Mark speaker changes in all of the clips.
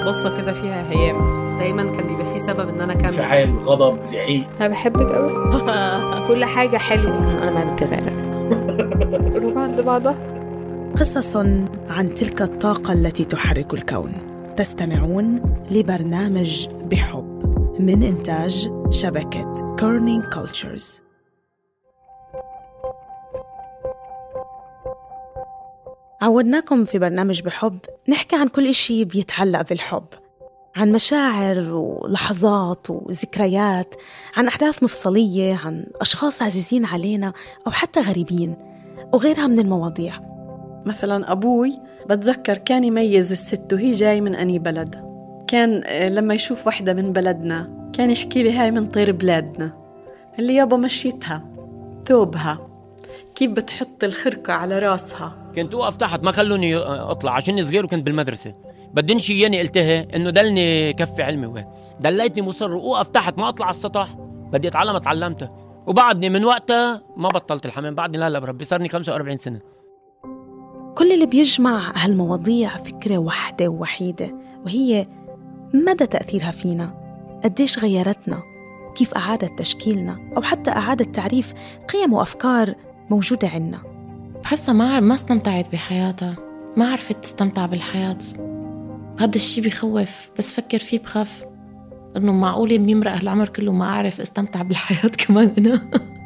Speaker 1: قصة كده فيها هيام.
Speaker 2: دايما كان بيبقى فيه سبب ان انا كمل.
Speaker 3: انفعال، غضب، زعيق.
Speaker 4: انا بحبك قوي. كل حاجه حلوه.
Speaker 1: انا ما بتغير.
Speaker 4: روح عند بعضها.
Speaker 5: قصص عن تلك الطاقة التي تحرك الكون. تستمعون لبرنامج بحب من إنتاج شبكة كورنينج كولتشرز. عودناكم في برنامج بحب نحكي عن كل إشي بيتعلق بالحب، عن مشاعر ولحظات وذكريات، عن أحداث مفصلية، عن أشخاص عزيزين علينا أو حتى غريبين وغيرها من المواضيع.
Speaker 6: مثلا أبوي بتذكر كان يميز الست وهي جاي من أني بلد. كان لما يشوف واحدة من بلدنا كان يحكي لي هاي من طير بلادنا، اللي يابا مشيتها، ثوبها، كيف بتحط الخرقة على راسها.
Speaker 7: كنت أوقف تحت ما خلوني أطلع عشان صغير وكنت بالمدرسة، بدنش ياني قلتها إنه دلني كفي علمي دليتني مصر وأوقف تحت ما أطلع على السطح، بدي أتعلم اتعلمته، وبعدني من وقتها ما بطلت الحمام. بعدني لا بربي صارني 45 سنة.
Speaker 5: كل اللي بيجمع هالمواضيع فكرة واحدة ووحيدة، وهي مدى تأثيرها فينا، قديش غيرتنا وكيف أعادت تشكيلنا أو حتى أعادت تعريف قيم وأفكار موجودة عنا.
Speaker 8: بحسها ما استمتعت بحياتها، ما عرفت تستمتع بالحياة. هذا الشيء بيخوف، بس فكر فيه بخاف إنه معقولة بيمرق هالعمر كله ما أعرف استمتع بالحياة كمان أنا.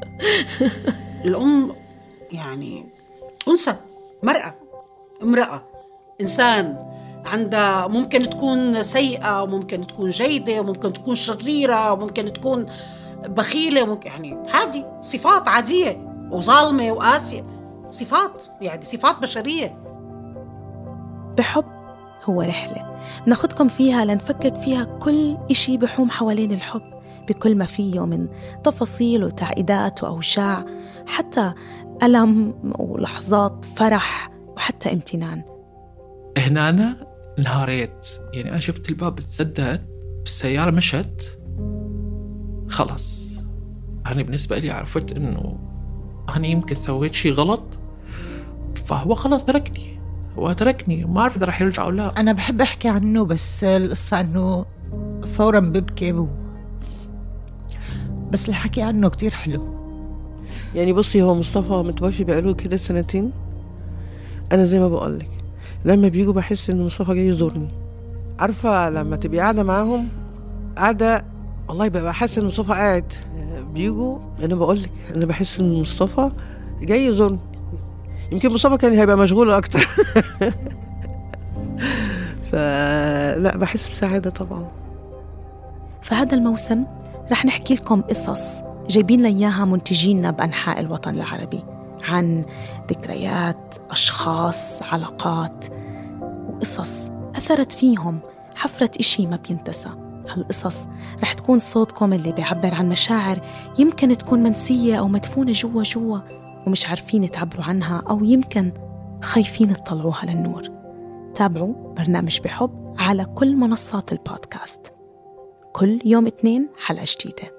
Speaker 9: الأم يعني أنثى، مرأة، امرأة، إنسان عندها ممكن تكون سيئة وممكن تكون جيدة وممكن تكون شريرة وممكن تكون بخيلة وممكن يعني هذه صفات عادية، وظالمة وقاسية، صفات يعني صفات بشرية.
Speaker 5: بحب هو رحلة ناخدكم فيها لنفكك فيها كل إشي بحوم حوالين الحب بكل ما فيه من تفاصيل وتعقيدات وأوجاع، حتى ألم ولحظات فرح وحتى امتنان.
Speaker 10: هنا أنا انهاريت، يعني أنا شفت الباب اتسدد بالسيارة مشت، خلص أنا بالنسبة لي عرفت إنه أنا يمكن سويت شيء غلط، فهو خلاص تركني، هو تركني وما أعرف إذا رح يرجع ولا لا.
Speaker 11: أنا بحب أحكي عنه، بس القصة إنه فوراً ببكي بس الحكي عنه كتير حلو.
Speaker 12: يعني بصي، هو مصطفى متوفي بقاله كده 2 سنين. أنا زي ما بقولك لما بيجوا بحس إن مصطفى جاي يزورني. عارفة لما تبقي قاعدة معاهم قاعدة، والله بقى حاسة إن مصطفى قاعد، بيجوا أنا بقولك أنا بحس إن مصطفى جاي يزورني. يمكن مصطفى كان هيبقى مشغول أكتر. فلا بحس بسعادة طبعا.
Speaker 5: فهذا الموسم رح نحكي لكم قصص جايبين لنا إياها منتجيننا بأنحاء الوطن العربي، عن ذكريات، أشخاص، علاقات وقصص أثرت فيهم، حفرت إشي ما بينتسى. هالقصص رح تكون صوتكم اللي بيعبر عن مشاعر يمكن تكون منسية أو مدفونة جوا ومش عارفين تعبروا عنها، أو يمكن خايفين تطلعوها للنور. تابعوا برنامج بحب على كل منصات البودكاست. كل يوم 2 حلقة جديدة.